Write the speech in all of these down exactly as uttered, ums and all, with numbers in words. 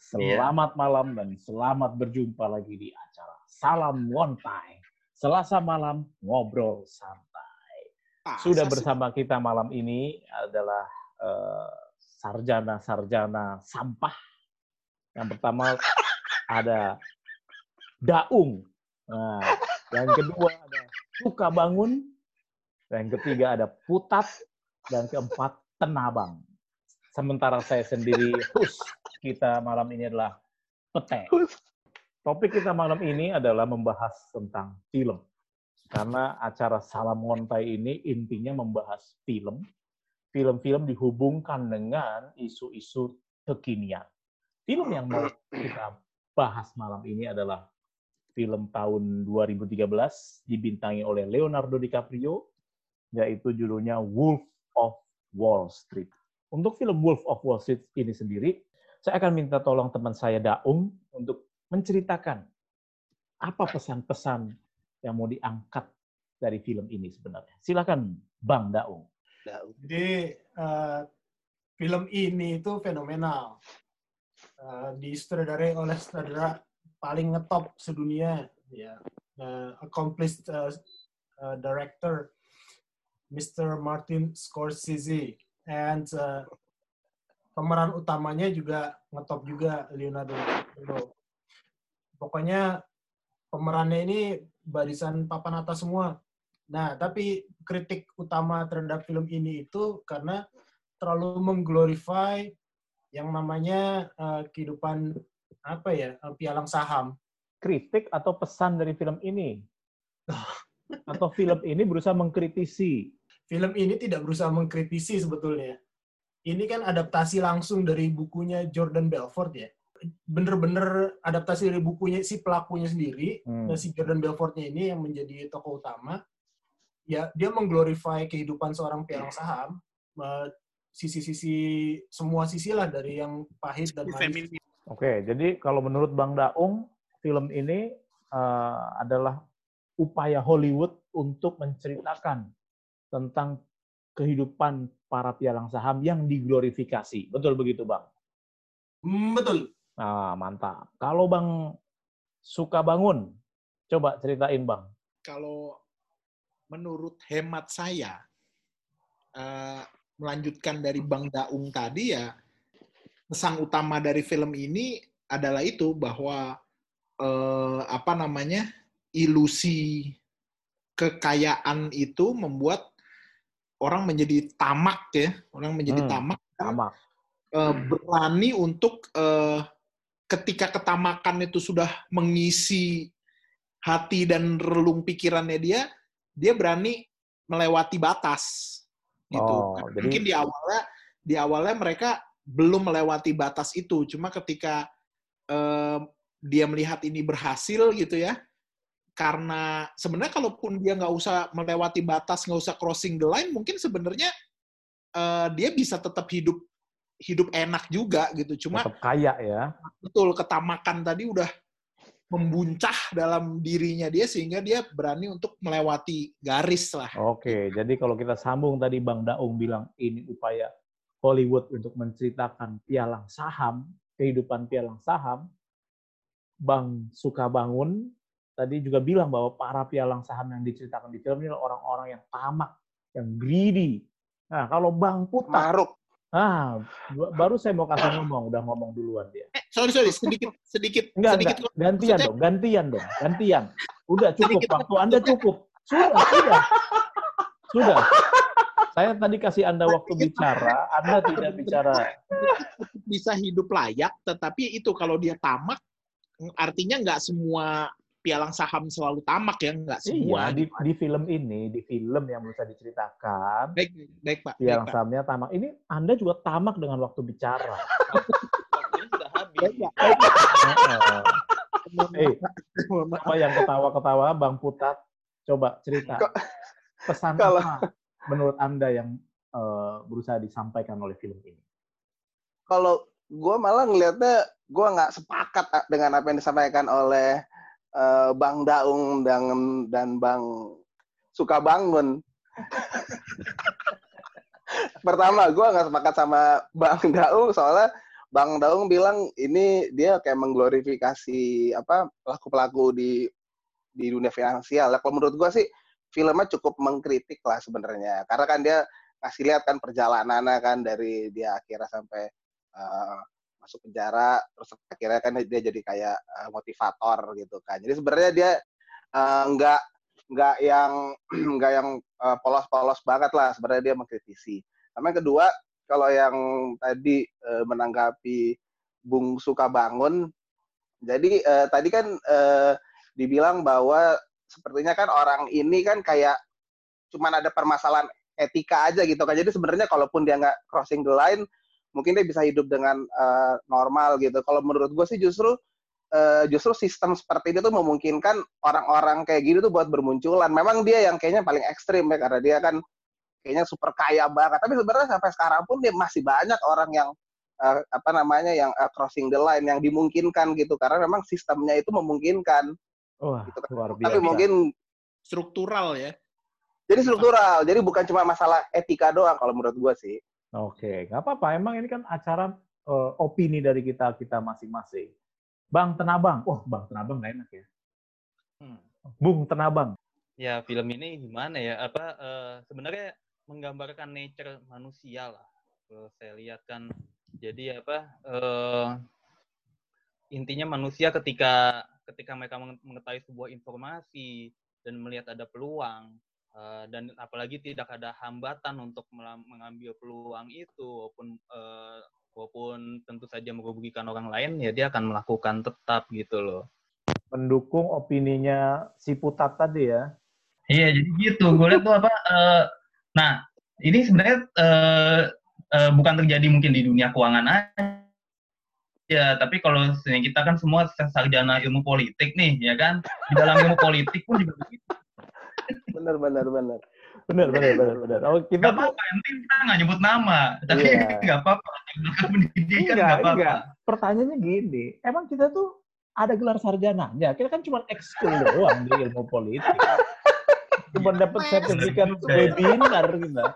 Iya. Selamat malam dan selamat berjumpa lagi di acara Salam Ngontai. Selasa malam ngobrol santai. Ah, Sudah sasi- bersama kita malam ini adalah eh, sarjana-sarjana sampah. Yang pertama ada Daung. Nah, yang kedua ada Suka Bangun. Yang ketiga ada Putat. Dan keempat Tenabang. Sementara saya sendiri host kita malam ini adalah Pete. Topik kita malam ini adalah membahas tentang film. Karena acara Salam Ngontai ini intinya membahas film. Film-film dihubungkan dengan isu-isu kekinian. Film yang mau kita bahas malam ini adalah film tahun dua ribu tiga belas dibintangi oleh Leonardo DiCaprio, yaitu judulnya Wolf of Wall Street. Untuk film Wolf of Wall Street ini sendiri, saya akan minta tolong teman saya Daung untuk menceritakan apa pesan-pesan yang mau diangkat dari film ini sebenarnya. Silakan Bang Daung. Jadi uh, film ini itu fenomenal. Uh, disutradarai oleh sutradara paling ngetop sedunia, ya, uh, accomplished uh, uh, director mister Martin Scorsese, and uh, pemeran utamanya juga ngetop juga, Leonardo DiCaprio. Pokoknya pemerannya ini barisan papan atas semua. Nah, tapi kritik utama terhadap film ini itu karena terlalu mengglorify yang namanya uh, kehidupan apa ya, uh, pialang saham. Kritik atau pesan dari film ini? Atau film ini berusaha mengkritisi? Film ini tidak berusaha mengkritisi sebetulnya. Ini kan adaptasi langsung dari bukunya Jordan Belfort ya. Bener-bener adaptasi dari bukunya si pelakunya sendiri. Hmm. Dan si Jordan Belfortnya ini yang menjadi tokoh utama. Ya, dia mengglorify kehidupan seorang pialang saham. Sisi-sisi, semua sisi lah, dari yang pahit dan manis. Oke, jadi kalau menurut Bang Daung, film ini uh, adalah upaya Hollywood untuk menceritakan tentang kehidupan para pialang saham yang diglorifikasi. Betul begitu, Bang? Betul. Nah, mantap. Kalau Bang Suka Bangun, coba ceritain, Bang. Kalau menurut hemat saya, uh, melanjutkan dari Bang Daung tadi ya, pesan utama dari film ini adalah itu, bahwa uh, apa namanya, ilusi kekayaan itu membuat orang menjadi tamak ya, orang menjadi hmm, tamak, tamak. Uh, berani untuk uh, ketika ketamakan itu sudah mengisi hati dan relung pikirannya dia, dia berani melewati batas gitu. Oh, jadi... Mungkin di awalnya, di awalnya mereka belum melewati batas itu, cuma ketika uh, dia melihat ini berhasil gitu ya. Karena sebenarnya kalaupun dia nggak usah melewati batas, nggak usah crossing the line, mungkin sebenarnya uh, dia bisa tetap hidup hidup enak juga gitu. Cuma tetap kaya ya. Betul, ketamakan tadi udah membuncah dalam dirinya dia sehingga dia berani untuk melewati garis lah. Oke, jadi kalau kita sambung tadi Bang Daung bilang ini upaya Hollywood untuk menceritakan pialang saham, kehidupan pialang saham, Bang Suka Bangun tadi juga bilang bahwa para pialang saham yang diceritakan di film ini adalah orang-orang yang tamak, yang greedy. Nah, kalau Bang Putat, Maruk. Ah, baru saya mau kasih ngomong, udah ngomong duluan dia. Eh, sorry, sorry, sedikit, sedikit, enggak, sedikit. Enggak. Gantian dong, gantian dong, gantian. Udah cukup, sedikit, waktu Anda cukup. Sudah, sudah. Sudah. Saya tadi kasih Anda waktu bicara, Anda tidak bicara. Bisa hidup layak, tetapi itu kalau dia tamak, artinya nggak semua pialang saham selalu tamak ya, nggak semua. Iya, di, di film ini, di film yang bisa diceritakan, baik, baik Pak. Pialang baik, sahamnya tamak. Ini Anda juga tamak dengan waktu bicara. Waktunya sudah habis. Eh, apa yang ketawa-ketawa, Bang Putat? Coba cerita. Pesan Kalau... apa menurut Anda yang uh, berusaha disampaikan oleh film ini? Kalau gue malah ngelihatnya, gue nggak sepakat dengan apa yang disampaikan oleh Uh, Bang Daung dan, dan Bang Suka Bangun. Pertama, gue nggak sepakat sama Bang Daung soalnya Bang Daung bilang ini dia kayak mengglorifikasi apa pelaku-pelaku di di dunia finansial. Nah, kalau menurut gua sih filmnya cukup mengkritik lah sebenarnya. Karena kan dia kasih lihat kan perjalanannya kan dari dia akhirnya sampai uh, masuk penjara, terus akhirnya kan dia jadi kayak uh, motivator gitu kan. Jadi sebenarnya dia uh, nggak nggak yang nggak yang uh, polos-polos banget lah. Sebenarnya dia mengkritisi. Sama yang kedua, kalau yang tadi uh, menanggapi Bung Sukabangun, jadi uh, tadi kan uh, dibilang bahwa sepertinya kan orang ini kan kayak cuman ada permasalahan etika aja gitu kan. Jadi sebenarnya kalaupun dia nggak crossing the line, mungkin dia bisa hidup dengan uh, normal gitu. Kalau menurut gue sih justru uh, justru sistem seperti ini tuh memungkinkan orang-orang kayak gini tuh buat bermunculan. Memang dia yang kayaknya paling ekstrim ya, karena dia kan kayaknya super kaya banget. Tapi sebenarnya sampai sekarang pun dia masih banyak orang yang uh, apa namanya yang uh, crossing the line, yang dimungkinkan gitu. Karena memang sistemnya itu memungkinkan. Wah, Gitu. luar biasa. Tapi mungkin struktural ya. jadi struktural. Jadi bukan cuma masalah etika doang kalau menurut gue sih. Oke, nggak apa-apa. Emang ini kan acara uh, opini dari kita kita masing-masing. Bang Tenabang, wah Bang Tenabang nggak enak ya. Hmm. Bung Tenabang. Ya film ini gimana ya? Apa uh, sebenarnya menggambarkan nature manusia lah. Kalau saya lihat kan, jadi apa? Uh, intinya manusia ketika ketika mereka mengetahui sebuah informasi dan melihat ada peluang, uh, dan apalagi tidak ada hambatan untuk mengambil peluang itu, walaupun uh, walaupun tentu saja merugikan orang lain, ya dia akan melakukan tetap gitu loh. Mendukung opininya si Putat tadi ya. Iya, jadi gitu. Gue lihat tuh apa, uh, nah ini sebenarnya uh, uh, bukan terjadi mungkin di dunia keuangan aja. Ya, tapi kalau kita kan semua sarjana ilmu politik nih, ya kan? Di dalam ilmu politik pun juga begitu. Benar, benar, benar. Benar, benar, benar, benar. Oh, kita nggak apa-apa, yang penting kita nggak nyebut nama. Tapi yeah. nggak apa-apa. Pendidikan enggak, nggak apa-apa. Enggak. Pertanyaannya gini, emang kita tuh ada gelar sarjananya? Kita kan cuma ekskul doang di ilmu politik. Cuma dapat sertifikat webinar kita.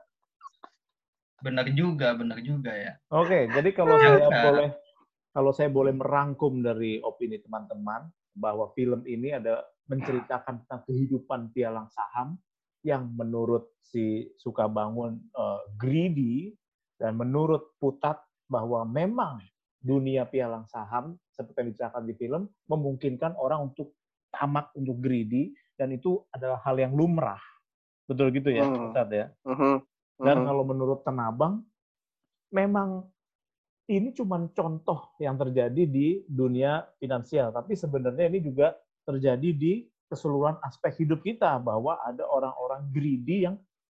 Benar juga, benar juga ya. Oke, jadi kalau ya, saya enggak. boleh Kalau saya boleh merangkum dari opini teman-teman, bahwa film ini ada menceritakan tentang kehidupan pialang saham yang menurut si Sukabangun uh, greedy, dan menurut Putat bahwa memang dunia pialang saham, seperti yang diceritakan di film, memungkinkan orang untuk tamak, untuk greedy, dan itu adalah hal yang lumrah. Betul gitu ya, Hmm. Putat ya? Uh-huh. Uh-huh. Dan kalau menurut Tenabang, memang ini cuma contoh yang terjadi di dunia finansial, tapi sebenarnya ini juga terjadi di keseluruhan aspek hidup kita, bahwa ada orang-orang greedy yang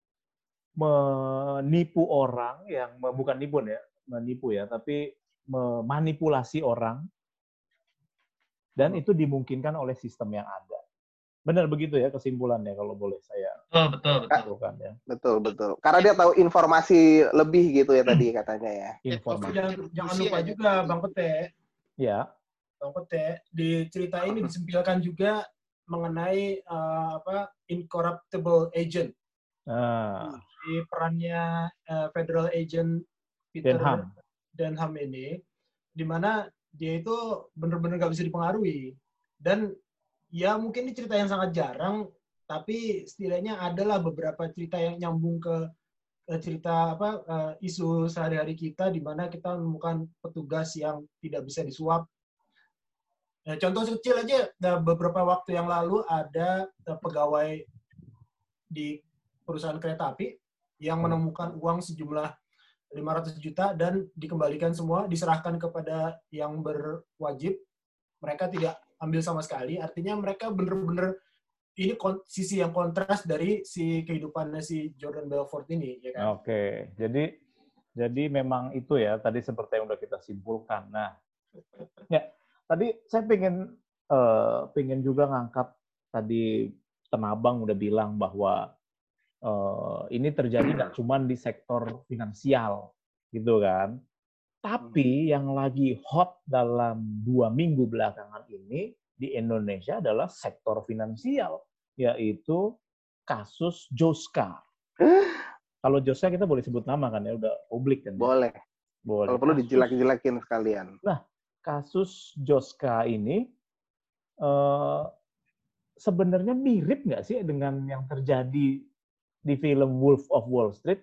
menipu orang, yang bukan nipu ya, menipu ya, tapi memanipulasi orang, dan itu dimungkinkan oleh sistem yang ada. Benar begitu ya kesimpulannya kalau boleh saya. Oh, betul, betul. Kan, ya. Betul, betul. Karena dia tahu informasi lebih gitu ya tadi katanya ya. Informasi. Jangan, jangan lupa juga Bang Pete. Ya. Bang Pete, di cerita ini disempilkan juga mengenai uh, apa incorruptible agent. Ah. Di perannya uh, federal agent Peter Denham. Denham ini, di mana dia itu benar-benar nggak bisa dipengaruhi. Dan ya mungkin ini cerita yang sangat jarang, tapi setidaknya adalah beberapa cerita yang nyambung ke uh, cerita apa uh, isu sehari-hari kita, di mana kita menemukan petugas yang tidak bisa disuap. Nah, contoh kecil aja, nah, beberapa waktu yang lalu ada uh, pegawai di perusahaan kereta api yang menemukan uang sejumlah lima ratus juta dan dikembalikan semua, diserahkan kepada yang berwajib. Mereka tidak ambil sama sekali, artinya mereka benar-benar ini sisi yang kontras dari si kehidupannya si Jordan Belfort ini, ya kan? Oke, jadi jadi memang itu ya tadi seperti yang udah kita simpulkan. Nah, ya tadi saya pengen uh, pengen juga ngangkat tadi Tenabang udah bilang bahwa uh, ini terjadi nggak cuma di sektor finansial, gitu kan? Tapi yang lagi hot dalam dua minggu belakangan ini di Indonesia adalah sektor finansial, yaitu kasus Joska. Kalau Joska kita boleh sebut nama kan ya, udah publik kan? Boleh. Ya? Boleh. Kalau perlu Kasus- dijelek-jelekin sekalian. Kasus Joska ini eh, sebenarnya mirip nggak sih dengan yang terjadi di film Wolf of Wall Street?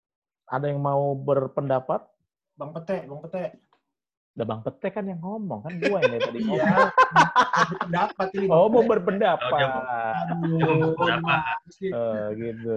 Ada yang mau berpendapat? Bang Pete, Bang Pete. Udah Bang Pete kan yang ngomong, kan gue yang dari tadi ngomong. Iya, ada pendapat ini. Bang Oh, mau Pete. berpendapat. Aduh, Pendapat. sih. Eh, gitu.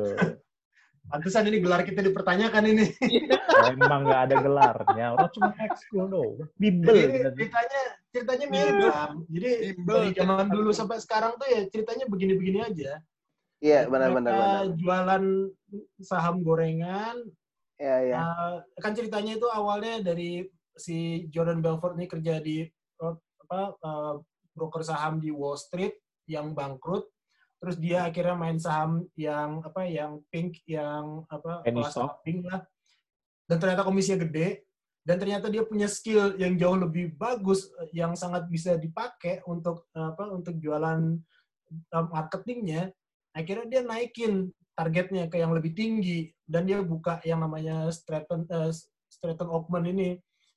Pantesan ini gelar kita dipertanyakan ini. Emang nggak ada gelarnya, orang cuma ekskul doang. Bimbel. Jadi bener. ceritanya ceritanya mirip Bang. Jadi Bimbel. dari zaman dulu sampai sekarang tuh ya ceritanya begini-begini aja. Iya, benar-benar. Mereka benar. jualan saham gorengan. Iya, iya. Uh, kan ceritanya itu awalnya dari si Jordan Belfort ini kerja di uh, apa uh, broker saham di Wall Street yang bangkrut. Terus dia akhirnya main saham yang apa yang pink yang apa Penny kelas stock. pink lah. Dan ternyata komisinya gede dan ternyata dia punya skill yang jauh lebih bagus yang sangat bisa dipakai untuk apa untuk jualan uh, marketingnya. Akhirnya dia naikin targetnya ke yang lebih tinggi dan dia buka yang namanya Stratton uh, Stratton Oakmont ini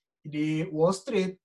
di Wall Street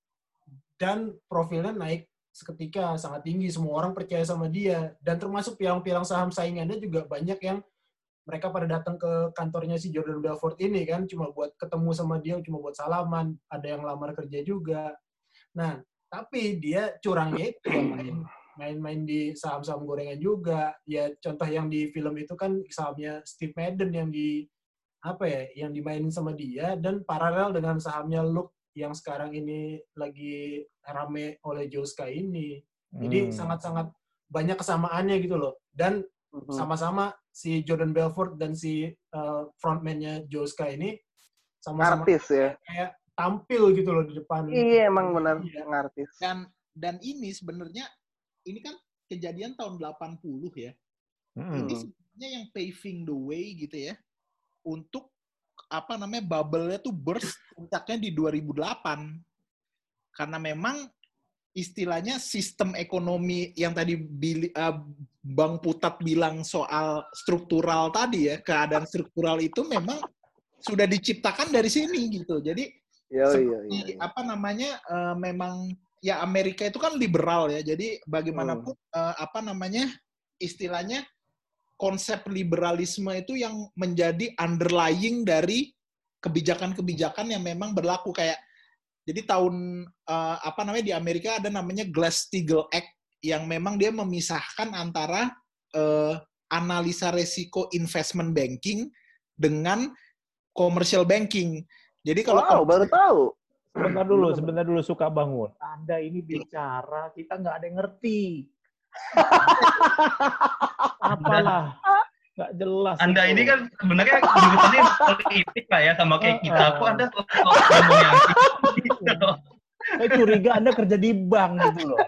dan profilnya naik seketika sangat tinggi, semua orang percaya sama dia dan termasuk pilang-pilang saham saingannya juga banyak yang mereka pada datang ke kantornya si Jordan Belfort ini kan cuma buat ketemu sama dia, cuma buat salaman, ada yang lamar kerja juga. Nah, tapi dia curangnya itu ya main main-main di saham-saham gorengan juga. Ya contoh yang di film itu kan sahamnya Steve Madden yang di apa ya, yang dimainin sama dia dan paralel dengan sahamnya Look yang sekarang ini lagi rame oleh Joska ini. Jadi Hmm. sangat-sangat banyak kesamaannya gitu loh. Dan Mhm. sama-sama si Jordan Belfort dan si uh, frontman-nya Joska ini sama-sama Artis ya. kayak tampil gitu loh di depan. Iya, emang benar Iya. ngartis. Dan dan ini sebenarnya ini kan kejadian tahun delapan puluh ya. Mm-mm. Ini sebenarnya yang paving the way gitu ya untuk apa namanya bubble-nya tuh burst puncaknya di dua ribu delapan. Karena memang istilahnya sistem ekonomi yang tadi Billy, uh, Bang Putat bilang soal struktural tadi ya, keadaan struktural itu memang sudah diciptakan dari sini gitu. Jadi Yo, yo, seperti yo, yo. apa namanya uh, memang ya Amerika itu kan liberal ya. Jadi bagaimanapun uh, apa namanya istilahnya konsep liberalisme itu yang menjadi underlying dari kebijakan-kebijakan yang memang berlaku kayak jadi tahun uh, apa namanya di Amerika ada namanya Glass-Steagall Act yang memang dia memisahkan antara uh, analisa resiko investment banking dengan commercial banking. Jadi kalau Wow, baru tahu. Sebentar dulu, sebentar dulu suka bangun. Anda ini bicara, kita nggak ada yang ngerti. Apalah, nggak jelas. Anda itu. ini kan sebenarnya jurusannya politik lah ya sama kayak kita. Kok Anda sosok ngomong yang gitu loh. Saya curiga Anda kerja di bank gitu loh.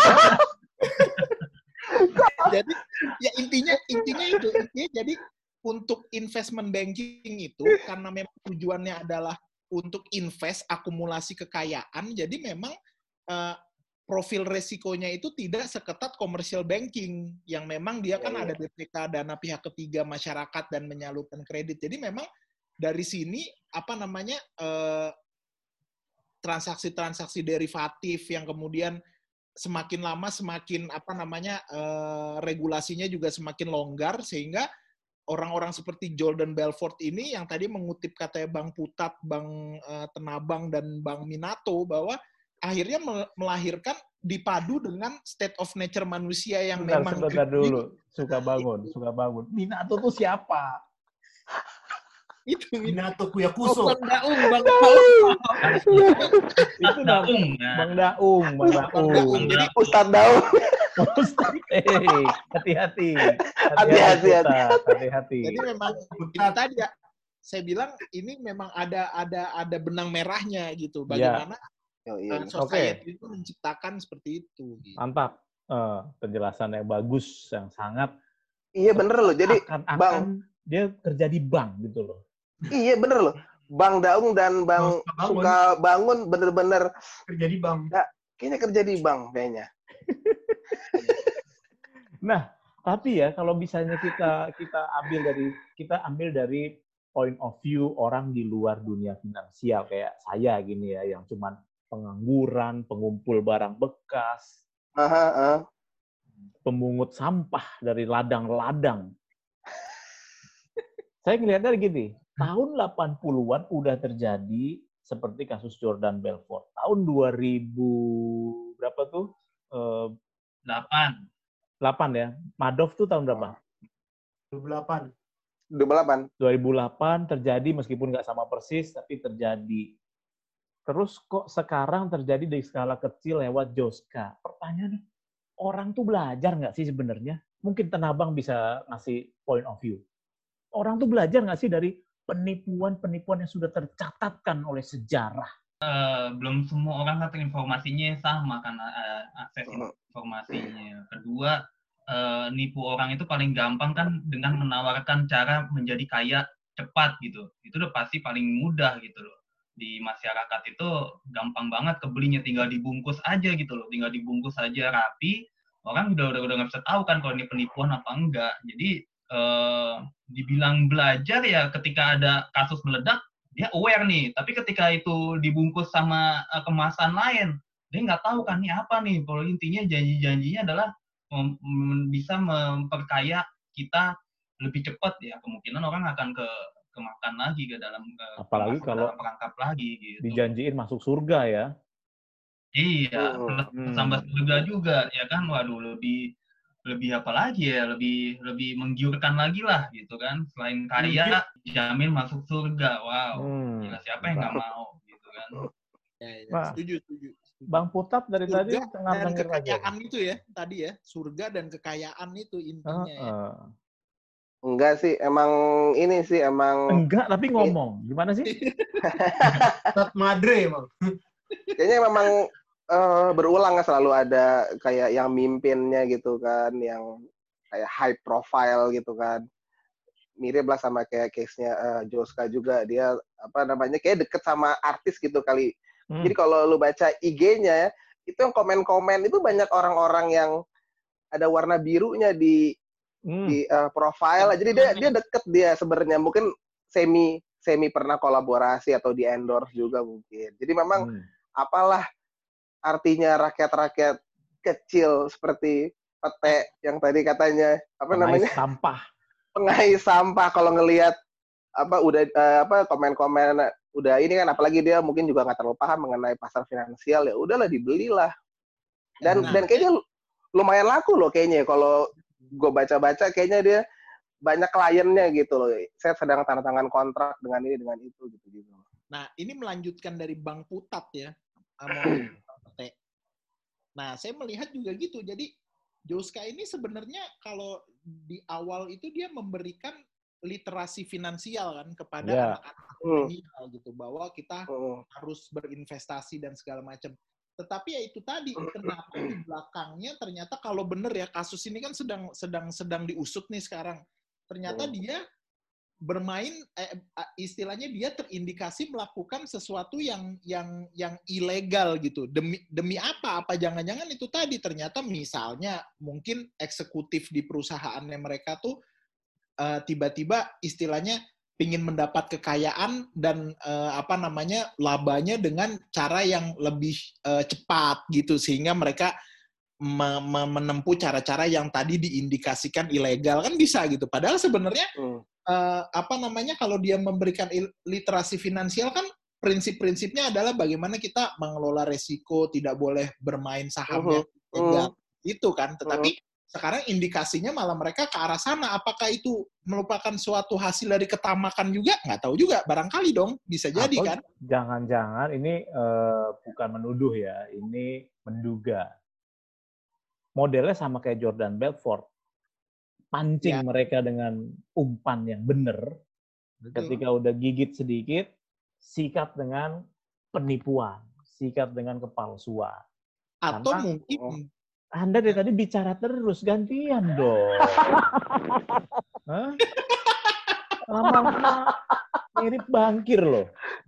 jadi ya intinya intinya itu intinya jadi untuk investment banking itu karena memang tujuannya adalah untuk invest akumulasi kekayaan jadi memang uh, profil resikonya itu tidak seketat commercial banking yang memang dia kan Ya, ya. ada D P K dana pihak ketiga masyarakat dan menyalurkan kredit jadi memang dari sini apa namanya uh, transaksi-transaksi derivatif yang kemudian semakin lama semakin apa namanya uh, regulasinya juga semakin longgar sehingga orang-orang seperti Jordan Belfort ini yang tadi mengutip katanya Bang Putat, Bang uh, Tenabang dan Bang Minato bahwa akhirnya melahirkan dipadu dengan state of nature manusia yang Sebentar, memang sebentar dulu. Suka bangun, suka bangun. Minato tuh siapa? itu Minato Oh, Kuyakuso. Bang Daung, Bang Itu nama Daung, nah. Bang Daung, Bang Bang Daung. Daung. Jadi Ustadz Daud. Ustaz, eh, hati-hati. Hati-hati, Ustaz. Hati-hati. Jadi memang ini tadi ya, saya bilang ini memang ada ada ada benang merahnya gitu. Bagaimana Yo, iya. uh, society itu menciptakan seperti itu. Gitu. Mantap. Eh, penjelasan yang bagus, yang sangat Iya bener loh. Jadi akan-akan Bang, dia kerja di bank gitu loh. iya bener loh. Bang Daung dan Bang Suka Bangun. Suka Bangun bener-bener Kerja di bank. kayaknya kerja di bank kayaknya. Nah, tapi ya kalau misalnya kita kita ambil dari kita ambil dari point of view orang di luar dunia finansial kayak saya gini ya, yang cuman pengangguran, pengumpul barang bekas, Aha, aha. pemungut sampah dari ladang-ladang. Saya ngelihatnya gini, tahun delapan puluhan udah terjadi seperti kasus Jordan Belfort. Tahun dua ribu berapa tuh? Eh, delapan. delapan ya. Madoff tuh tahun berapa? dua ribu delapan. dua ribu delapan. dua ribu delapan terjadi meskipun nggak sama persis, tapi terjadi. Terus kok sekarang terjadi di skala kecil lewat Joska? Pertanyaannya, orang tuh belajar nggak sih sebenarnya? Mungkin Tenabang bisa ngasih point of view. Orang tuh belajar nggak sih dari penipuan-penipuan yang sudah tercatatkan oleh sejarah? Uh, belum semua orang kan informasinya sama kan uh, akses informasinya. Kedua, uh, nipu orang itu paling gampang kan dengan menawarkan cara menjadi kaya cepat gitu. Itu udah pasti paling mudah gitu loh. Di masyarakat itu gampang banget kebelinya, tinggal dibungkus aja gitu loh. Tinggal dibungkus aja rapi, orang udah udah udah nggak bisa tahu kan kalau ini penipuan apa enggak. Jadi Uh, dibilang belajar ya ketika ada kasus meledak dia aware nih, tapi ketika itu dibungkus sama uh, kemasan lain dia nggak tahu kan ini apa nih. Kalau intinya janji-janjinya adalah um, um, bisa memperkaya kita lebih cepat ya, kemungkinan orang akan ke kemakan lagi ke dalam uh, apalagi kalau dalam perangkap lagi gitu. Dijanjiin masuk surga ya. Iya, hmm. tambah surga juga ya kan. Waduh, lebih lebih apa lagi ya, lebih lebih menggiurkan lagi lah gitu kan. Selain kaya, jamin masuk surga. Wow, hmm. Gila, siapa yang nggak mau gitu kan. Ya, ya. Nah, setuju, setuju, setuju. Bang Putat dari surga tadi tengah dan kekayaan aja. Itu ya tadi ya, surga dan kekayaan itu intinya uh, uh. ya. Enggak sih, emang ini sih emang enggak tapi ngomong gimana sih? Putat Madre emang. Kayaknya memang Uh, berulang selalu ada kayak yang mimpinnya gitu kan, yang kayak high profile gitu kan, mirip lah sama kayak case-nya uh, Joska juga. Dia apa namanya kayak deket sama artis gitu kali. Hmm. Jadi kalau lu baca I G-nya itu yang komen-komen itu banyak orang-orang yang ada warna birunya di hmm. di uh, profile. Jadi dia dia deket dia sebenarnya, mungkin semi semi pernah kolaborasi atau di endorse juga mungkin. Jadi memang hmm. apalah artinya rakyat-rakyat kecil seperti Pete yang tadi katanya apa pengais namanya sampah pengais sampah kalau ngelihat apa udah uh, apa komen-komen udah ini kan, apalagi dia mungkin juga nggak terlalu paham mengenai pasar finansial, ya udahlah dibelilah dan nah, dan kayaknya lumayan laku loh kayaknya kalau gue baca-baca, kayaknya dia banyak kliennya gitu loh. Saya sedang tanda tangan kontrak dengan ini dengan itu gitu gitu. Nah ini melanjutkan dari Bang Putat ya. Nah, saya melihat juga gitu. Jadi, Joska ini sebenarnya kalau di awal itu dia memberikan literasi finansial kan kepada yeah. anak-anak milenial gitu, bahwa kita uh. harus berinvestasi dan segala macam. Tetapi ya itu tadi, kenapa di belakangnya ternyata kalau benar ya kasus ini kan sedang sedang sedang diusut nih sekarang. Ternyata uh. dia bermain eh, istilahnya dia terindikasi melakukan sesuatu yang yang yang ilegal gitu. Demi demi apa? Apa jangan-jangan itu tadi ternyata misalnya mungkin eksekutif di perusahaannya mereka tuh uh, tiba-tiba istilahnya ingin mendapat kekayaan dan uh, apa namanya labanya dengan cara yang lebih uh, cepat gitu, sehingga mereka menempuh cara-cara yang tadi diindikasikan ilegal kan bisa gitu. Padahal sebenarnya hmm. Uh, apa namanya kalau dia memberikan literasi finansial kan prinsip-prinsipnya adalah bagaimana kita mengelola resiko, tidak boleh bermain sahamnya uh-huh. uh-huh. itu kan. Tetapi uh-huh. sekarang indikasinya malah mereka ke arah sana. Apakah itu merupakan suatu hasil dari ketamakan juga? Nggak tahu juga. Barangkali dong bisa jadi atau kan. Jangan-jangan ini uh, bukan menuduh ya, ini menduga. Modelnya sama kayak Jordan Belfort. Pancing ya. Mereka dengan umpan yang benar. Ketika udah gigit sedikit, sikat dengan penipuan, sikat dengan kepalsuan. Atau karena, mungkin oh, Anda dari tadi bicara terus, gantian dong. Hah? Lama-lama mirip bangkir loh.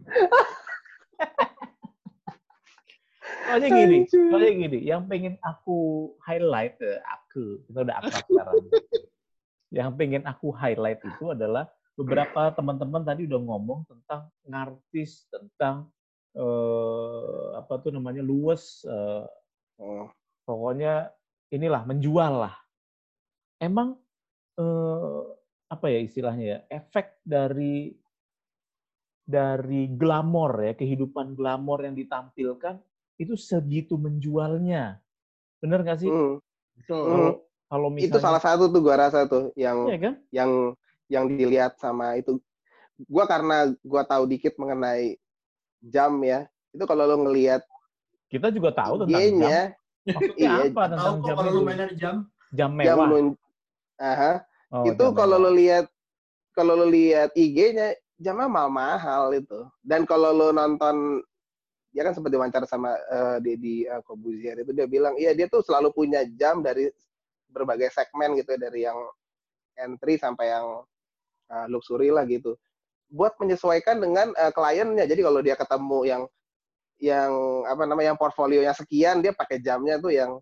Soalnya gini, soalnya gini, yang pengen aku highlight, aku, kita udah akrab sekarang. Yang pengen aku highlight itu adalah beberapa teman-teman tadi udah ngomong tentang ngartis, tentang eh, apa tuh namanya luwes, eh, Oh. pokoknya inilah menjual lah. Emang eh, apa ya istilahnya ya, efek dari dari glamor ya, kehidupan glamor yang ditampilkan itu segitu menjualnya. Bener nggak sih? Hmm. Betul. Hmm. Kalau kalau Itu salah misalnya, satu tuh gua rasa tuh yang ya kan? yang yang dilihat sama itu. Gua karena gua tahu dikit mengenai jam ya. Itu kalau lo ngelihat Kita juga tahu tentang jam. I G-nya, Maksudnya iya, apa Tahu tentang kok jam kalau itu? lu mainan jam. Jam jam mewah. lu, aha, Oh, itu jam kalau mewah. lo lihat kalau lo lihat I G-nya jamnya mahal-mahal itu. Dan kalau lo nonton, dia kan sempat diwawancara sama uh, Deddy uh, Corbuzier, itu dia bilang iya dia tuh selalu punya jam dari berbagai segmen gitu ya, dari yang entry sampai yang uh, luxury lah gitu, buat menyesuaikan dengan uh, kliennya. Jadi kalau dia ketemu yang yang apa namanya yang portfolionya sekian, dia pakai jamnya tuh yang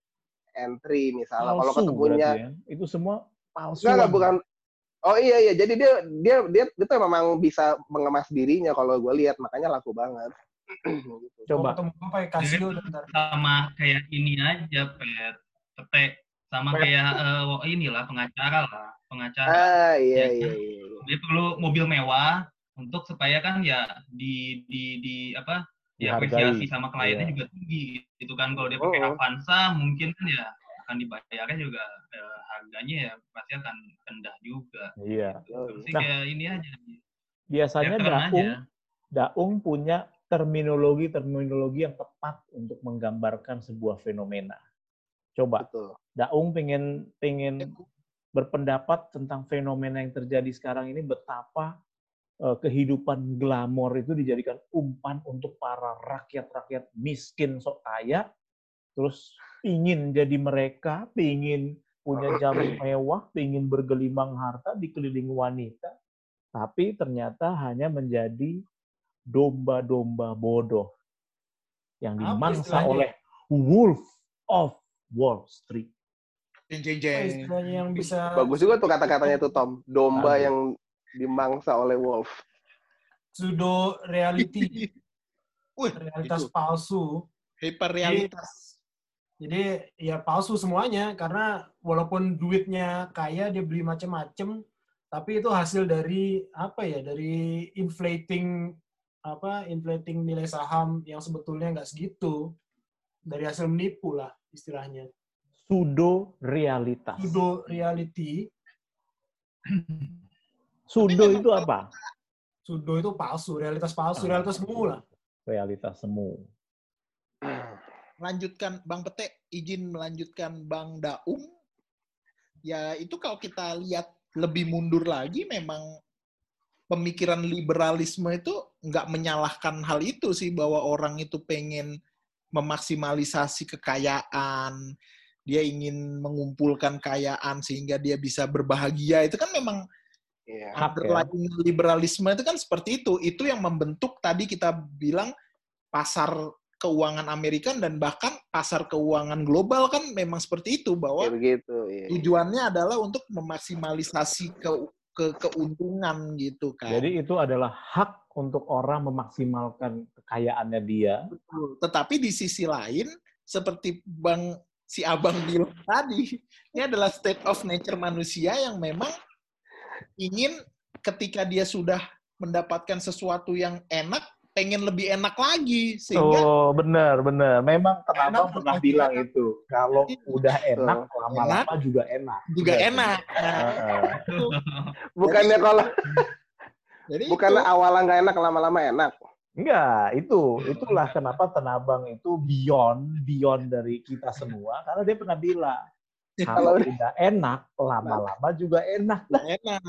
entry misalnya. Kalau Palsu ketemunya berarti ya. Itu semua enggak, palsuan. enggak, bukan. Oh iya iya, jadi dia dia dia itu memang bisa mengemas dirinya kalau gue lihat, makanya laku banget. Gitu. Coba. Ketemu gue pakai Casio dan ntar. Sama kayak ini aja, Pet. Pete. Sama Pet. kayak uh, inilah pengacara lah, pengacara. Ah iya Ya, iya iya. dia perlu mobil mewah untuk supaya kan ya di di di apa diapresiasi Dihargai. sama kliennya Iya. juga tinggi gitu kan. Kalau dia Oh, pakai oh. Avanza mungkin kan ya akan dibayarnya juga eh, harganya ya pasti akan rendah juga. Iya. Terus sih Nah, kayak ini aja. biasanya Ya, keren Daung, aja. Daung punya terminologi-terminologi yang tepat untuk menggambarkan sebuah fenomena. Coba, Betul. Daung pengen pengen berpendapat tentang fenomena yang terjadi sekarang ini, betapa uh, kehidupan glamor itu dijadikan umpan untuk para rakyat-rakyat miskin sok kaya, terus ingin jadi mereka, ingin punya jam mewah, ingin bergelimang harta, dikelilingi wanita, tapi ternyata hanya menjadi domba-domba bodoh yang Apa dimangsa istilahnya? oleh Wolf of Wall Street. Jeng jeng Apa jeng. istilahnya yang bisa Bagus juga tuh kata-katanya tuh Tom. Domba Bagus. yang dimangsa oleh wolf. pseudo reality, Wih, realitas itu palsu. hiperrealitas. Jadi ya palsu semuanya, karena walaupun duitnya kaya, dia beli macam-macam, tapi itu hasil dari apa ya? Dari inflating apa? Inflating nilai saham yang sebetulnya nggak segitu. Dari hasil menipu lah istilahnya. Pseudo realitas. Pseudo reality. Pseudo memang itu apa? Pseudo itu palsu, realitas palsu, Ah, realitas semu lah. Realitas semu. Melanjutkan Bang Pete, izin melanjutkan Bang Daung. Ya itu kalau kita lihat lebih mundur lagi, memang pemikiran liberalisme itu nggak menyalahkan hal itu sih, bahwa orang itu pengen memaksimalisasi kekayaan, dia ingin mengumpulkan kekayaan sehingga dia bisa berbahagia. Itu kan memang Iya. underlying liberalisme itu kan seperti itu. Itu yang membentuk tadi kita bilang pasar keuangan Amerika dan bahkan pasar keuangan global kan memang seperti itu, bahwa Kayak begitu. Iya. tujuannya adalah untuk memaksimalisasi ke, ke keuntungan gitu kan. Jadi itu adalah hak untuk orang memaksimalkan kekayaannya dia. Betul. Tetapi di sisi lain, seperti Bang si Abang bilang tadi, ini adalah state of nature manusia yang memang ingin ketika dia sudah mendapatkan sesuatu yang enak, pengen lebih enak lagi, sehingga Oh, benar, benar. Memang Tenabang Enak, pernah enak, bilang enak. itu. Kalau udah enak, lama-lama Enak. juga enak. juga Benar, enak. Nah, Heeh. itu. Bukannya kalau Jadi bukannya itu. awalnya nggak enak, lama-lama enak. Enggak, itu itulah kenapa Tenabang itu beyond beyond dari kita semua, karena dia pernah bilang kalau udah enak, lama-lama juga enak. Nah, enak.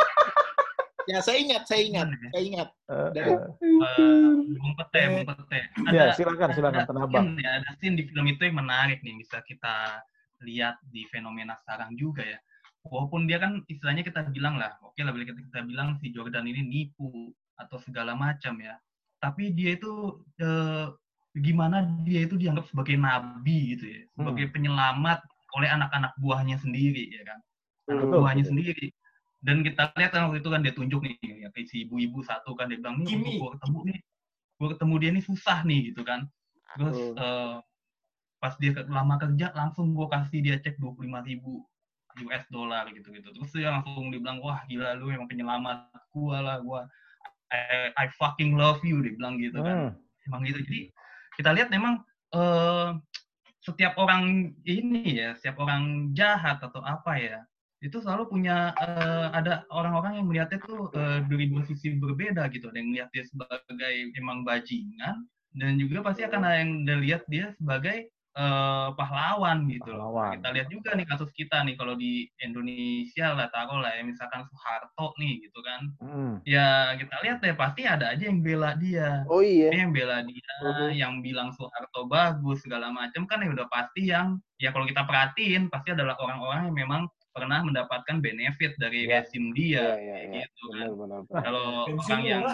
Ya, saya ingat, saya ingat, saya ingat. Dari Uh, Bung Pete, Bung Pete. Ya, silakan, silakan Tenabang. Scene, ya, ada scene di film itu yang menarik nih, bisa kita lihat di fenomena sekarang juga ya. Walaupun dia kan istilahnya kita bilang lah, oke lah, bila kita, kita bilang si Jordan ini nipu atau segala macam ya. Tapi dia itu eh, gimana dia itu dianggap sebagai nabi gitu ya, sebagai Hmm. penyelamat oleh anak-anak buahnya sendiri ya kan. Anak Betul, buahnya betul. sendiri. Dan kita lihat kan waktu itu kan dia tunjuk nih, ya, kayak si ibu-ibu satu kan dia bilang nih, Kimi. gue ketemu nih, gue ketemu dia nih susah nih gitu kan. Terus Hmm. uh, pas dia lama kerja langsung gue kasih dia cek dua puluh lima ribu U S dollar gitu-gitu. Terus dia langsung dibilang, wah gila lu emang penyelamat gue lah, gue I, I fucking love you, dia bilang gitu kan. Hmm. Emang gitu. Jadi kita lihat memang uh, setiap orang ini ya, setiap orang jahat atau apa ya, itu selalu punya uh, ada orang-orang yang melihatnya tuh uh, dari dua sisi berbeda gitu. Ada yang melihat dia sebagai emang bajingan, dan juga pasti akan ada yang lihat dia sebagai uh, pahlawan gitu. Pahlawan. Kita lihat juga nih kasus kita nih kalau di Indonesia lah, taruh lah ya misalkan Soeharto nih gitu kan. Hmm. Ya kita lihat ya pasti ada aja yang bela dia. Oh iya. Yang bela dia, Uh-huh. yang bilang Soeharto bagus segala macam kan ya udah pasti yang ya kalau kita perhatiin pasti adalah orang-orang yang memang pernah mendapatkan benefit dari Ya. rezim dia, Iya, iya, iya. gitu kan. Benar, benar, benar. Kalau Pensiun orang yang, murah.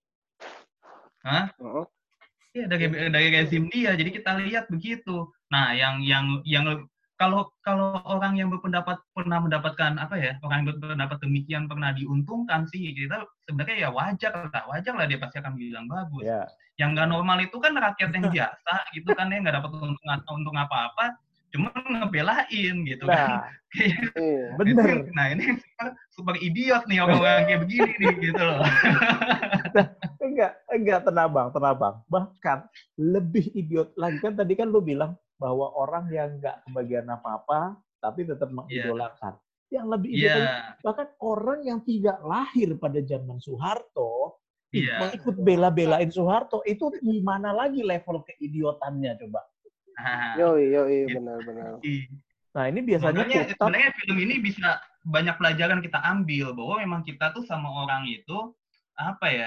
hah? Uh-huh. Iya dari dari rezim dia, jadi kita lihat begitu. Nah, yang yang yang kalau kalau orang yang berpendapat pernah mendapatkan apa ya, orang yang berpendapat demikian pernah diuntungkan sih, kita sebenarnya ya wajar lah, wajar lah dia pasti akan bilang bagus. Ya. Yang nggak normal itu kan rakyat yang biasa, gitu kan ya nggak dapat untung untung apa-apa, cuma ngebelain gitu kan. Nah, Iya. bener. Nah ini super, super idiot nih orang-orang kayak begini nih gitu loh. Nah, enggak, enggak tenang bang, tenang bang. Bahkan lebih idiot lagi kan tadi kan lu bilang bahwa orang yang enggak kebagian apa-apa tapi tetap mengidolakan. Yeah. Yang lebih idiot yeah. lagi, bahkan orang yang tidak lahir pada zaman Soeharto yeah. ikut bela-belain Soeharto, itu gimana lagi level keidiotannya coba? Ah, yoi, yoi, benar-benar. Nah ini biasanya makanya kita... sebenarnya film ini bisa banyak pelajaran kita ambil bahwa memang kita tuh sama orang itu apa ya,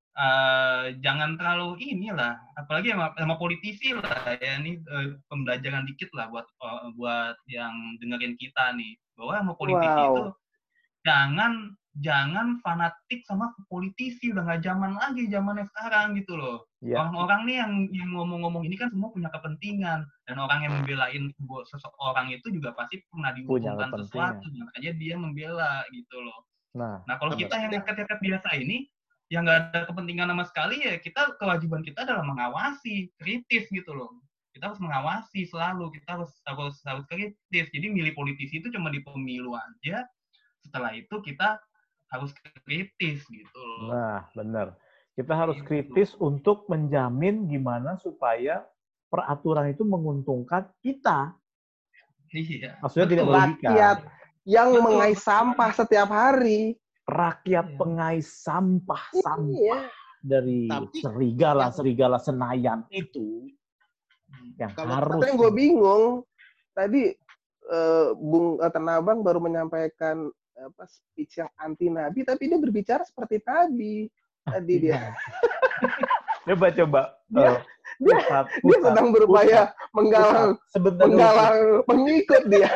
uh, jangan terlalu inilah, apalagi sama, sama politisi lah ya, ini uh, pembelajaran dikit lah buat uh, buat yang dengerin kita nih, bahwa sama politisi Wow. itu jangan jangan fanatik sama politisi, udah nggak zaman lagi zamannya sekarang gitu loh. Ya. Orang-orang nih yang yang ngomong-ngomong ini kan semua punya kepentingan, dan orang yang membelain seseorang itu juga pasti pernah diuntungkan sesuatu, makanya dia membela gitu loh. Nah, nah kalau kita yang rakyat-rakyat biasa ini yang nggak ada kepentingan sama sekali, ya kita kewajiban kita adalah mengawasi, kritis gitu loh. Kita harus mengawasi selalu, kita harus harus harus kritis. Jadi milih politisi itu cuma di pemilu aja. Setelah itu kita harus kritis gitu loh. Nah, benar. Kita harus kritis gitu untuk menjamin gimana supaya peraturan itu menguntungkan kita. Iya. Maksudnya tidak merugikan. Rakyat yang betul, mengais betul. sampah setiap hari. Rakyat iya. pengais sampah sampah iya. dari Tapi, serigala-serigala Senayan itu yang kalau harus. Tapi yang gue bingung tadi uh, Bung uh, Tenabang baru menyampaikan apa speech yang anti nabi, tapi dia berbicara seperti nabi tadi dia. Coba coba. Dia, uh, dia, pusat, dia pusat, sedang berupaya pusat, menggalang pusat, menggalang pusat. pengikut dia.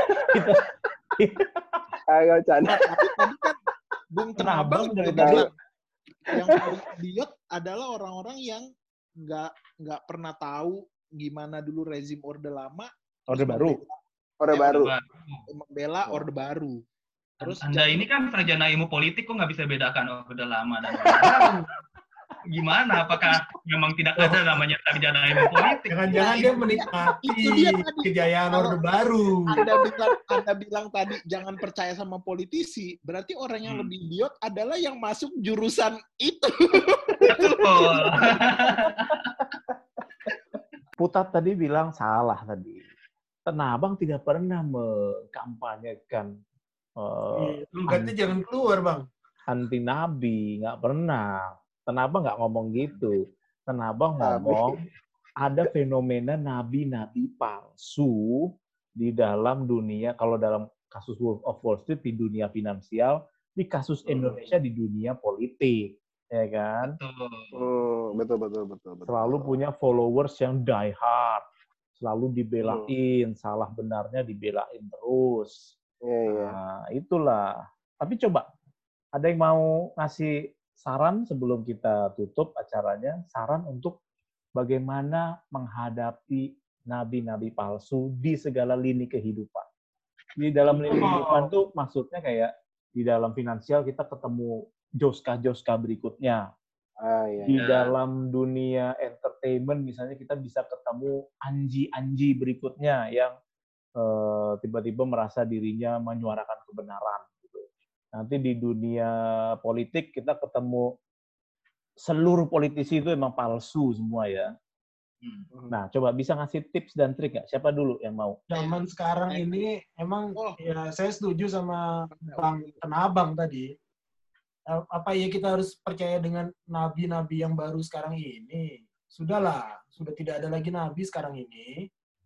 Ayo canda. Tapi tadi kan Bung Tenabang dari tadi yang paling idiot adalah orang-orang yang nggak nggak pernah tahu gimana dulu rezim Orde Lama, Orde Baru, Orde Baru, membela Orde Baru. Terus Anda jangan... ini kan sarjana ilmu politik, kok nggak bisa bedakan Orde Lama dan Orde Baru? Gimana? Apakah memang tidak ada namanya sarjana ilmu politik? Jangan-jangan dia menikmati kejayaan Orde Baru. Anda bilang, Anda bilang tadi jangan percaya sama politisi, berarti orang yang hmm. lebih idiot adalah yang masuk jurusan itu. Betul. Putat tadi bilang salah tadi. Tenabang tidak pernah mengkampanyekan Uh, lu ganti jangan keluar bang. Anti nabi, nggak pernah. Tenabang nggak ngomong gitu. Tenabang ngomong ada fenomena nabi-nabi palsu di dalam dunia. Kalau dalam kasus Wolf of Wall Street di dunia finansial, di kasus Indonesia di dunia politik, ya kan? Oh, betul betul betul betul. Selalu punya followers yang die hard, selalu dibelain, hmm. salah benarnya dibelain terus. Ya, ya. Nah, itulah. Tapi coba, ada yang mau ngasih saran sebelum kita tutup acaranya, saran untuk bagaimana menghadapi nabi-nabi palsu di segala lini kehidupan. Di dalam lini kehidupan tuh maksudnya kayak Di dalam finansial kita ketemu joska-joska berikutnya. Ah, iya, Di iya. dalam dunia entertainment misalnya kita bisa ketemu anji-anji berikutnya yang eh, tiba-tiba merasa dirinya menyuarakan kebenaran. Gitu. Nanti di dunia politik kita ketemu seluruh politisi itu emang palsu semua ya. Nah, coba bisa ngasih tips dan trik nggak? Siapa dulu yang mau? Zaman sekarang ini emang Oh. ya saya setuju sama Bang Tenabang tadi. Apa ya kita harus percaya dengan nabi-nabi yang baru sekarang ini? Sudahlah, sudah tidak ada lagi nabi sekarang ini.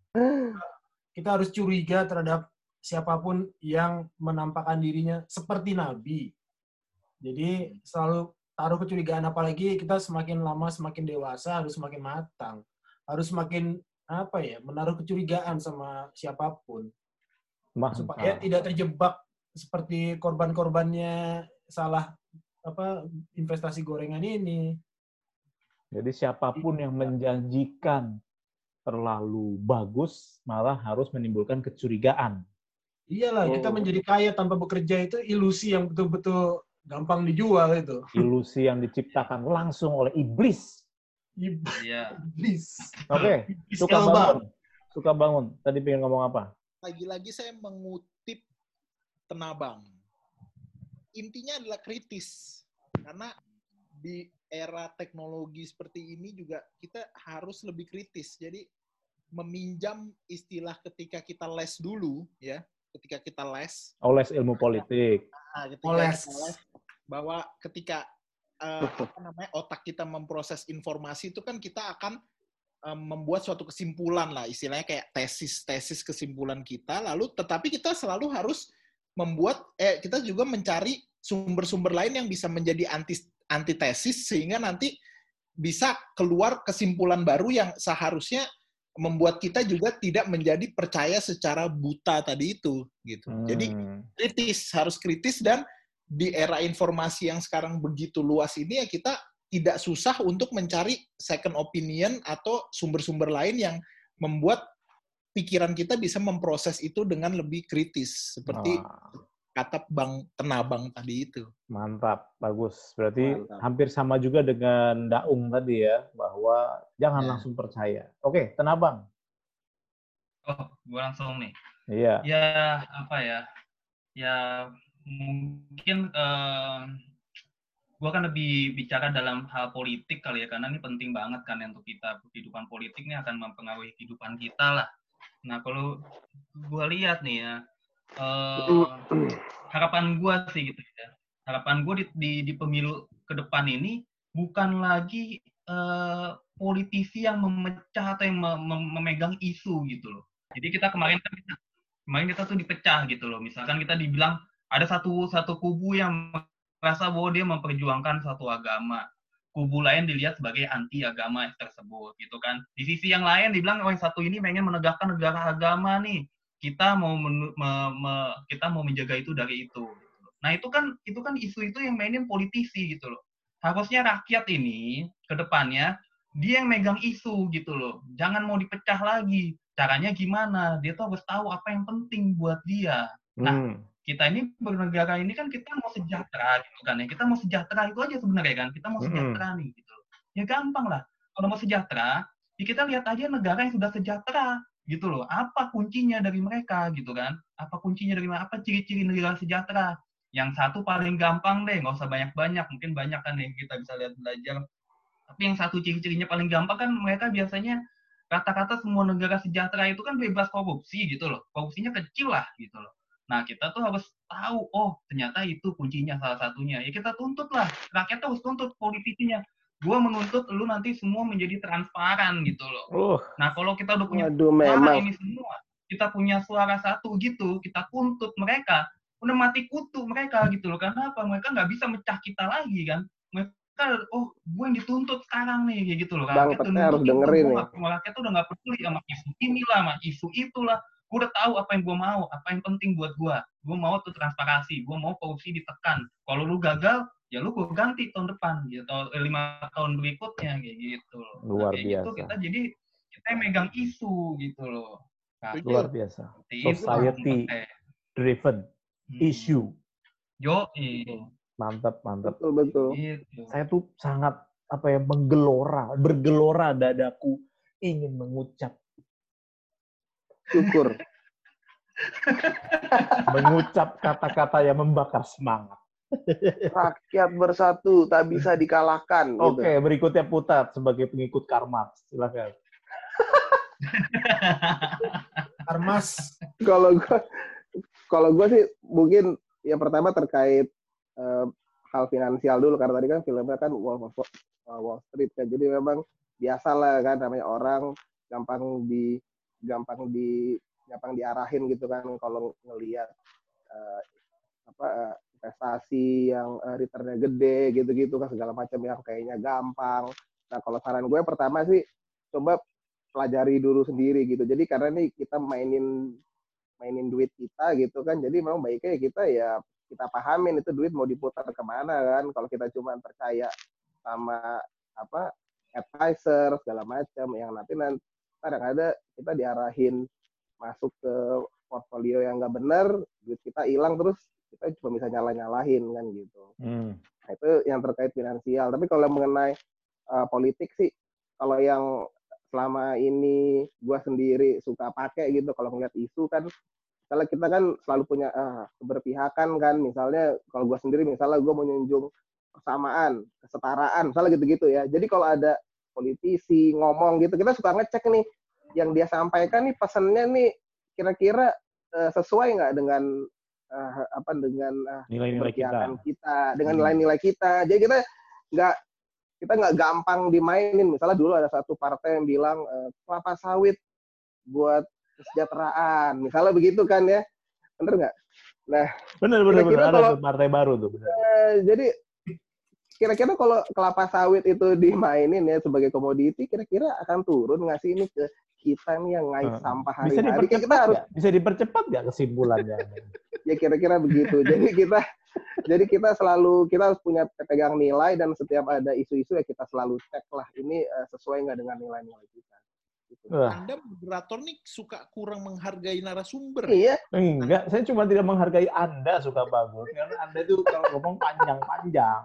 Kita harus curiga terhadap siapapun yang menampakkan dirinya seperti nabi. Jadi selalu taruh kecurigaan, apalagi kita semakin lama semakin dewasa harus semakin matang. Harus semakin apa ya, menaruh kecurigaan sama siapapun. Mantap. Supaya tidak terjebak seperti korban-korbannya salah apa investasi gorengan ini. Jadi siapapun yang menjanjikan terlalu bagus malah harus menimbulkan kecurigaan. Iyalah, kita menjadi kaya tanpa bekerja itu ilusi yang betul-betul gampang dijual itu. Ilusi yang diciptakan langsung oleh iblis. Iya. Iblis. Oke, Iblis suka Elba. bangun. Suka bangun. Tadi pengen ngomong apa? Lagi-lagi saya mengutip Tenabang. Intinya adalah kritis. Karena di era teknologi seperti ini juga kita harus lebih kritis. Jadi meminjam istilah ketika kita les dulu, ya, ketika kita les. Oh, les ilmu politik. Nah, ketika Oles. kita les, bahwa ketika uh, apa namanya otak kita memproses informasi itu kan kita akan um, membuat suatu kesimpulan lah, istilahnya kayak tesis tesis kesimpulan kita. Lalu tetapi kita selalu harus membuat eh kita juga mencari sumber-sumber lain yang bisa menjadi anti antitesis sehingga nanti bisa keluar kesimpulan baru yang seharusnya membuat kita juga tidak menjadi percaya secara buta tadi itu gitu. Hmm. Jadi kritis, harus kritis, dan di era informasi yang sekarang begitu luas ini ya kita tidak susah untuk mencari second opinion atau sumber-sumber lain yang membuat pikiran kita bisa memproses itu dengan lebih kritis seperti Wah. kata Bang Tenabang tadi itu. Mantap, bagus. Berarti Mantap. hampir sama juga dengan Daung tadi ya, bahwa jangan Ya. langsung percaya. Oke, Tenabang. Oh, gue langsung nih. Iya. Ya, apa ya? Ya, mungkin eh, gue akan lebih bicara dalam hal politik kali ya, karena ini penting banget kan untuk kita. Kehidupan politik ini akan mempengaruhi kehidupan kita lah. Nah, kalau gue lihat nih ya, eh, harapan gue sih gitu ya. Harapan gue di, di, di pemilu ke depan ini bukan lagi eh, politisi yang memecah atau yang mem, mem, memegang isu gitu loh. Jadi kita kemarin kan kita, kemarin kita tuh dipecah gitu loh. Misalkan kita dibilang ada satu satu kubu yang merasa bahwa dia memperjuangkan suatu agama. Kubu lain dilihat sebagai anti agama tersebut gitu kan. Di sisi yang lain dibilang oh yang satu ini pengen menegakkan negara agama nih. Kita mau menu, me, me, kita mau menjaga itu dari itu. Nah, itu kan itu kan isu itu yang mainin politisi gitu loh. Harusnya rakyat ini ke depannya dia yang megang isu gitu loh. Jangan mau dipecah lagi. Caranya gimana? Dia tuh harus tahu apa yang penting buat dia. Nah, hmm. kita ini bernegara ini kan kita mau sejahtera gitu kan ya. Kita mau sejahtera itu aja sebenarnya kan. Kita mau sejahtera hmm. nih gitu. Ya gampang lah. Kalau mau sejahtera, ya kita lihat aja negara yang sudah sejahtera gitu loh. Apa kuncinya dari mereka gitu kan? Apa kuncinya dari apa ciri-ciri negara sejahtera? Yang satu paling gampang deh, nggak usah banyak-banyak. Mungkin banyak kan yang kita bisa lihat belajar. Tapi yang satu ciri-cirinya paling gampang kan mereka biasanya kata-kata semua negara sejahtera itu kan bebas korupsi gitu loh. Korupsinya kecil lah gitu loh. Nah, kita tuh harus tahu, oh ternyata itu kuncinya salah satunya. Ya kita tuntut lah. Rakyat harus tuntut politisinya. Gue menuntut lu nanti semua menjadi transparan gitu loh. Uh. Nah, kalau kita udah punya Waduh, suara memang. ini semua, kita punya suara satu gitu, kita tuntut mereka, udah mati kutu mereka gitu loh. Karena apa? Mereka nggak bisa mecah kita lagi kan. Mereka oh, gue yang dituntut sekarang nih, kayak gitu loh. Bang, Pete harus dengerin nih. Rakyat tuh udah nggak peduli sama isu inilah, sama isu itulah. Gue udah tahu apa yang gue mau, apa yang penting buat gue. Gue mau tuh transparansi, gue mau korupsi ditekan. Kalau lu gagal, ya lu gue ganti tahun depan, gitu, lima tahun berikutnya, kayak gitu loh. Luar nah, kayak biasa. Gitu, kita jadi kita yang megang isu gitu loh. Nah, luar biasa. Society driven hmm. issue. Yo, Mantap, mantap. Betul betul. gitu. Saya tuh sangat apa ya menggelora, bergelora dadaku ingin mengucap Syukur. mengucap kata-kata yang membakar semangat. Rakyat bersatu tak bisa dikalahkan. Oke, Gitu. berikutnya Putat sebagai pengikut Karl Marx. Silakan. Armas. Kalau gue, kalau gue sih mungkin yang pertama terkait uh, hal finansial dulu karena tadi kan filmnya kan Wall, Wall Street kan, jadi memang biasalah kan namanya orang gampang di gampang di gampang diarahin gitu kan kalau ngelihat uh, apa uh, investasi yang uh, returnnya gede gitu-gitu kan segala macam yang kayaknya gampang. Nah kalau saran gue pertama sih coba pelajari dulu sendiri gitu. Jadi karena nih kita mainin mainin duit kita gitu kan, jadi memang baiknya kita ya kita pahamin itu duit mau diputar kemana kan. Kalau kita cuma percaya sama apa advisor segala macam yang nanti nanti kadang-kadang kita diarahin masuk ke portfolio yang nggak benar, duit kita hilang terus kita cuma bisa nyalah-nyalahin kan gitu. Hmm. Nah, itu yang terkait finansial. Tapi kalau mengenai uh, politik sih, kalau yang selama ini gue sendiri suka pakai gitu, kalau ngeliat isu kan, kalau kita kan selalu punya ah, keberpihakan kan, misalnya kalau gue sendiri misalnya gue menjunjung kesamaan, kesetaraan, misalnya gitu-gitu ya. Jadi kalau ada politisi ngomong gitu, kita suka ngecek nih, yang dia sampaikan nih pesannya nih kira-kira uh, sesuai nggak dengan uh, apa dengan uh, nilai-nilai kita. kita, dengan nilai-nilai kita. Jadi kita nggak kita nggak gampang dimainin. Misalnya dulu ada satu partai yang bilang uh, kelapa sawit buat kesejahteraan, misalnya begitu kan ya, bener nggak? Nah, bener bener bener ada kalau, tuh partai baru tuh. Bener. Uh, jadi kira-kira kalau kelapa sawit itu dimainin ya sebagai komoditi, kira-kira akan turun nggak sih ini ke kita nih yang ngais uh, sampah hari-hari? Bisa dipercepat kita harus gak? Bisa dipercepat nggak kesimpulannya? Ya kira-kira begitu. Jadi kita jadi kita selalu kita harus punya pegang nilai dan setiap ada isu-isu ya kita selalu cek lah ini uh, sesuai nggak dengan nilai-nilai kita. Gitu. Anda moderator nih suka kurang menghargai narasumber. Iya. Enggak, saya cuma tidak menghargai Anda suka bagus karena Anda tuh kalau ngomong panjang-panjang.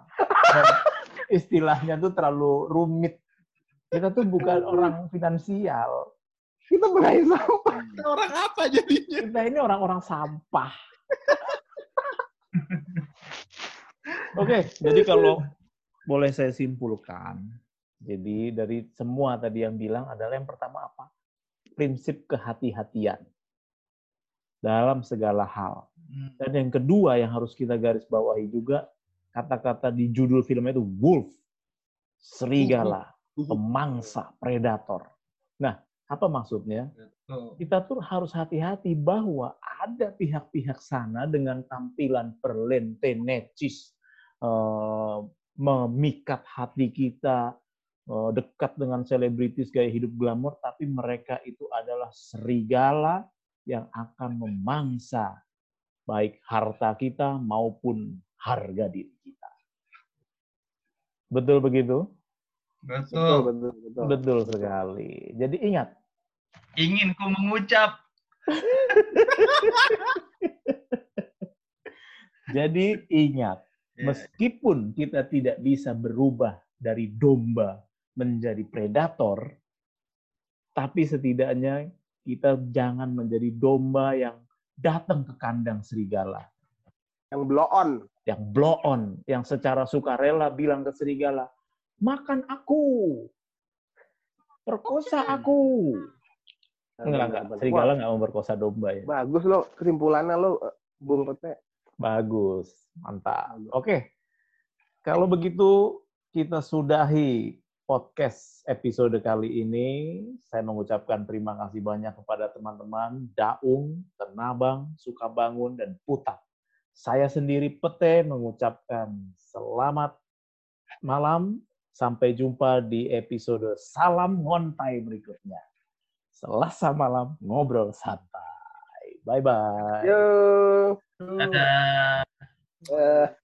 Istilahnya tuh terlalu rumit. Kita tuh bukan orang finansial. Kita pengais sampah. Kita orang apa jadinya? Kita ini orang-orang sampah. Oke, jadi kalau boleh saya simpulkan, jadi dari semua tadi yang bilang adalah yang pertama apa? Prinsip kehati-hatian dalam segala hal. Dan yang kedua yang harus kita garis bawahi juga, kata-kata di judul filmnya itu wolf, serigala, pemangsa, predator. Nah, apa maksudnya? Kita tuh harus hati-hati bahwa ada pihak-pihak sana dengan tampilan perlente, necis, uh, memikat hati kita, uh, dekat dengan selebritis gaya hidup glamor, tapi mereka itu adalah serigala yang akan memangsa baik harta kita maupun harga diri kita. Betul begitu? Betul. Betul, betul, Betul sekali. Jadi ingat, ingin ku mengucap. Jadi ingat, meskipun kita tidak bisa berubah dari domba menjadi predator, tapi setidaknya kita jangan menjadi domba yang datang ke kandang serigala. Yang blow on. Yang blow on, yang secara sukarela bilang ke serigala, makan aku, perkosa aku. Enggak, enggak. Serigala nggak memperkosa domba ya. Bagus lo kesimpulannya lo, Bung Pete. Bagus, mantap. Oke, kalau begitu kita sudahi podcast episode kali ini. Saya mengucapkan terima kasih banyak kepada teman-teman Daung, Tenabang, Sukabangun, dan Putat. Saya sendiri Pete mengucapkan selamat malam. Sampai jumpa di episode Salam Ngontai berikutnya. Selasa malam ngobrol santai. Bye-bye. Yo. Dadah. Uh.